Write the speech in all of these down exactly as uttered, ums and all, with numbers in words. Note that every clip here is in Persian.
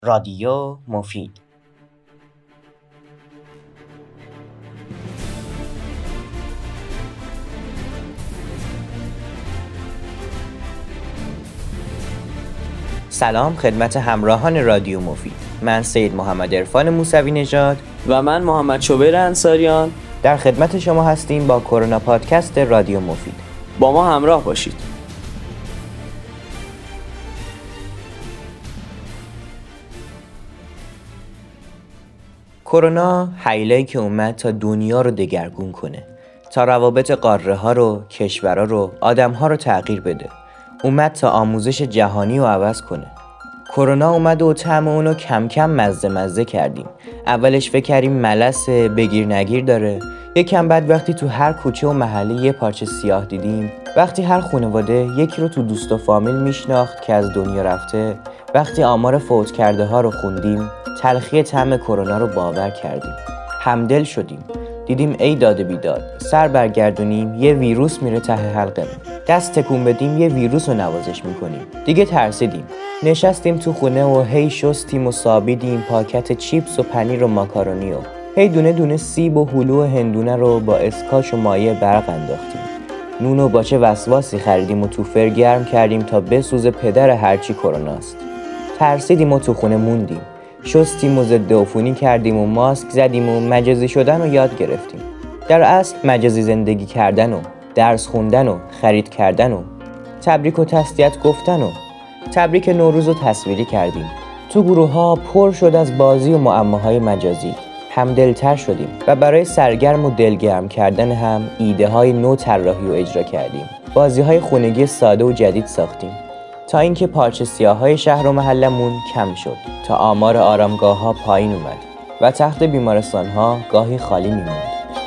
رادیو مفید. سلام خدمت همراهان رادیو مفید. من سید محمد عرفان موسوی نژاد و من محمد شوبیر انصاریان در خدمت شما هستیم با کرونا پادکست رادیو مفید. با ما همراه باشید. کرونا هیلایی که اومد تا دنیا رو دگرگون کنه، تا روابط قاره ها رو، کشورها رو، آدم ها رو تغییر بده. اومد تا آموزش جهانی رو عوض کنه. کرونا اومد و طعم اونو کم کم مزه مزه کردیم. اولش فکر کردیم ملسه، بگیر نگیر داره. یکم بعد وقتی تو هر کوچه و محله یه پارچه سیاه دیدیم، وقتی هر خانواده یکی رو تو دوست و فامیل میشناخت که از دنیا رفته، وقتی آمار فوت کرده ها رو خوندیم، تلخی طعم کرونا رو باور کردیم. همدل شدیم. دیدیم ای داد بیداد، سر برگردونیم یه ویروس میره ته حلقمون، دست تکون بدیم یه ویروس رو نوازش میکنیم. دیگه ترسیدیم. نشستیم تو خونه و هی شستیم و سابیدیم پاکت چیپس و پنیر و ماکارونی و هی دونه دونه سیب و هلو و هندونه رو با اسکاچ و مایع برق انداختیم. نون و باچه وسواسی خریدیم و تو فر گرم کردیم تا بسوز پدر هرچی کروناست. ترسیدیم و تو خونه موندیم. شستیم و ضد عفونی کردیم و ماسک زدیم و مجازی شدن رو یاد گرفتیم. در اصل مجازی زندگی کردن و درس خوندن و خرید کردن و تبریک و تسلیت گفتن و تبریک نوروز رو تصویری کردیم. تو گروه ها پر شد از بازی و معماهای مجازی. همدلتر شدیم و برای سرگرم و دلگرم کردن هم ایده های نو طراحی و اجرا کردیم. بازی های خونگی ساده و جدید ساختیم تا اینکه پارچه سیاهای شهر و محلمون کم شد، تا آمار آرامگاه ها پایین اومد و تخت بیمارستان ها گاهی خالی میموند.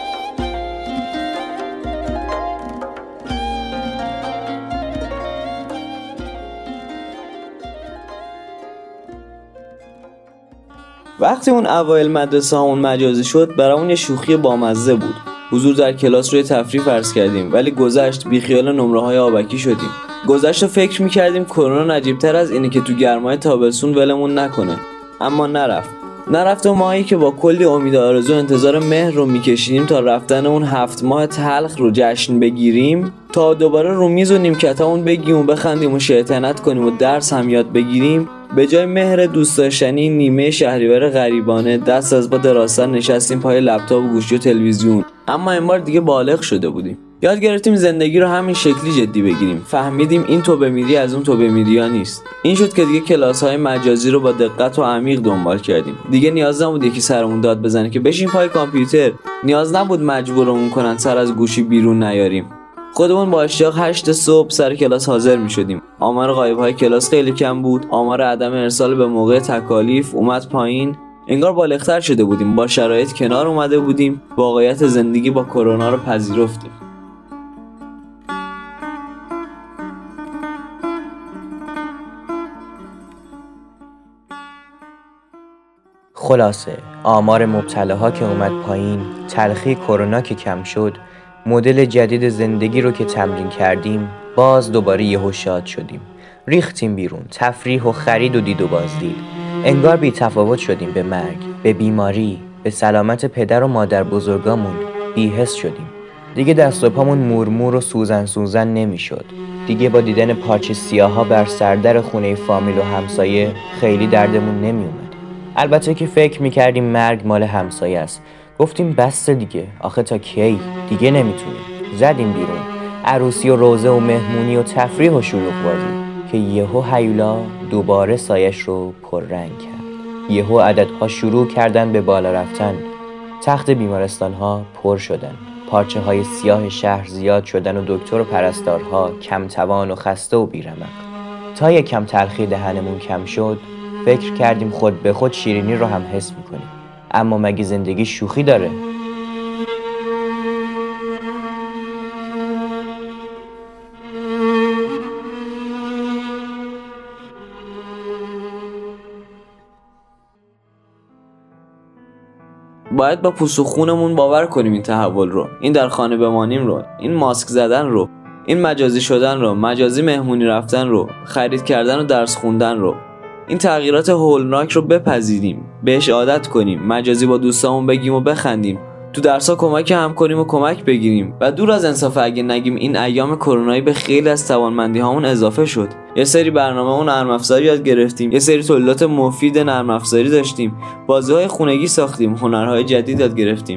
وقتی اون اوایل مدرسه همون مجازی شد، برامون یه شوخی بامزه بود. حضور در کلاس روی تفریح فرض کردیم، ولی گذشت بی خیال نمره های آبکی شدیم. گذشت و فکر میکردیم کرونا نجیب‌تر از اینه که تو گرمای تابستون ولمون نکنه، اما نرفت. نرفت و ماهی که با کلی امید و آرزو انتظار مهر رو میکشیدیم تا رفتن اون هفت ماه تلخ رو جشن بگیریم، تا دوباره رو میز و نیمکتامون بگیم و بخندیم و شیطنت کنیم و درس هم یاد بگیریم، به جای مهر دوست داشتنی نیمه شهریور غریبانه دست از با دراستن نشستیم پای لپتاپ و گوشی و تلویزیون. اما این بار دیگه بالغ شده بودیم. یاد گرفتیم زندگی رو همین شکلی جدی بگیریم. فهمیدیم این تو بمیری از اون تو بمیری ها نیست. این شد که دیگه کلاس‌های مجازی رو با دقت و عمیق دنبال کردیم. دیگه نیاز نبود یکی سرمون داد بزنه که بشین پای کامپیوتر. نیاز نبود مجبورمون کنن سر از گوشی بیرون نیاریم. خودمون با اشتیاق هشت صبح سر کلاس حاضر می شدیم. آمار غایب‌های کلاس خیلی کم بود. آمار عدم ارسال به موقع تکالیف اومد پایین. انگار بالغ‌تر شده بودیم. با شرایط کنار اومده بودیم. واقعیت زندگی با کرونا رو پذیرفتیم. خلاصه آمار مبتلاها که اومد پایین، تلخی کرونا که کم شد، مدل جدید زندگی رو که تمرین کردیم، باز دوباره یهو شاد شدیم. ریختیم بیرون، تفریح و خرید و دید و بازدید. انگار بی تفاوت شدیم به مرگ، به بیماری، به سلامت پدر و مادر بزرگامون بی حس شدیم. دیگه دست و پامون مورمور و سوزن سوزن نمی شد. دیگه با دیدن پارچه سیاها بر سردر خونه فامیل و همسایه خیلی دردمون نمی اومد. البته که فکر میکردیم مرگ مال همسایه است. گفتیم بس دیگه، آخه تا کی؟ دیگه نمیتونیم. زدیم بیرون، عروسی و روزه و مهمونی و تفریح و شلوغ بازی، که یهو هیولا دوباره سایش رو پررنگ کرد. یهو عددها شروع کردن به بالا رفتن. تخت بیمارستان‌ها پر شدن. پارچه های سیاه شهر زیاد شدن و دکتر و پرستارها کم توان و خسته و بیرمق. تا یکم تلخی دهنمون کم شد، فکر کردیم خود به خود شیرینی رو هم حس میکنیم. اما مگه زندگی شوخی داره؟ باید با پوست و خونمون باور کنیم این تحول رو، این در خانه بمانیم رو، این ماسک زدن رو، این مجازی شدن رو، مجازی مهمونی رفتن رو، خرید کردن و درس خوندن رو. این تغییرات هولناک رو بپذیریم، بهش عادت کنیم، مجازی با دوستامون بگیم و بخندیم، تو درس‌ها کمک هم کنیم و کمک بگیریم و دور از انصاف اگه نگیم این ایام کرونایی به خیلی از توانمندی‌هامون اضافه شد. یه سری برنامه‌مون نرم افزاری یاد گرفتیم، یه سری تولیدات مفید نرم افزاری داشتیم، بازی‌های خونگی ساختیم، هنرهای جدید یاد گرفتیم.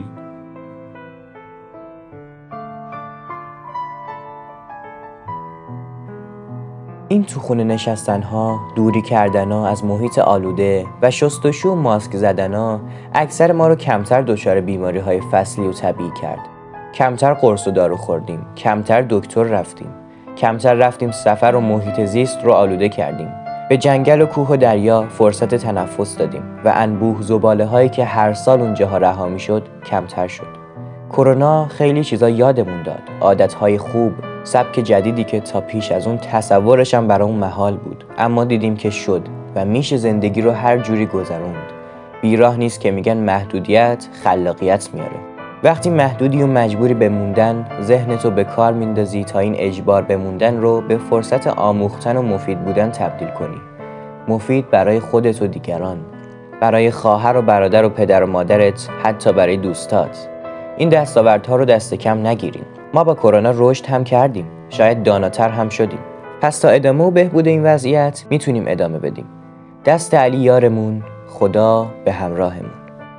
این تو خونه نشستن‌ها، دوری کردن‌ها از محیط آلوده و شستشو و ماسک زدن‌ها اکثر ما رو کمتر دچار بیماری‌های فصلی و طبیعی کرد. کمتر قرص و دارو خوردیم، کمتر دکتر رفتیم، کمتر رفتیم سفر و محیط زیست رو آلوده کردیم. به جنگل و کوه و دریا فرصت تنفس دادیم و انبوه زباله‌هایی که هر سال اونجاها رها می‌شد کمتر شد. کرونا خیلی چیزا یادمون داد، عادت‌های خوب، سبک جدیدی که تا پیش از اون تصورش هم برامون محال بود، اما دیدیم که شد و میشه زندگی رو هر جوری گذروند. بیراه نیست که میگن محدودیت خلاقیت میاره. وقتی محدودی و مجبوری به موندن، ذهنتو به کار میندازی تا این اجبار به موندن رو به فرصت آموختن و مفید بودن تبدیل کنی. مفید برای خودت و دیگران، برای خواهر و برادر و پدر و مادرت، حتی برای دوستات. این دستاوردها رو دست کم نگیریم. ما با کرونا رشد هم کردیم، شاید داناتر هم شدیم. پس تا ادامه و بهبود این وضعیت میتونیم ادامه بدیم. دست علی یارمون، خدا به همراهمون.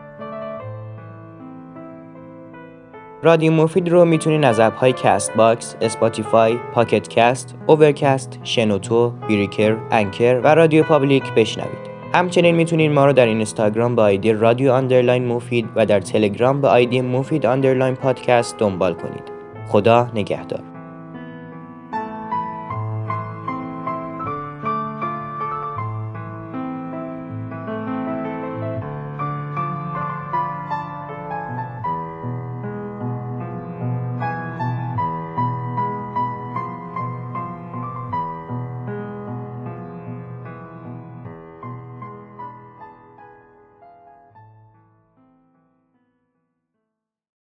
رادیو مفید رو میتونین از اپ‌های کست باکس، اسپاتیفای، پاکت کست، اوورکست، شنوتو، بیریکر، انکر و رادیو پابلیک بشنوید. همچنین میتونین ما رو در اینستاگرام با آیدی رادیو اندرلاین مفید و در تلگرام با آیدی مفید اندرلاین پادکست دنبال کنید. خدا نگهدار.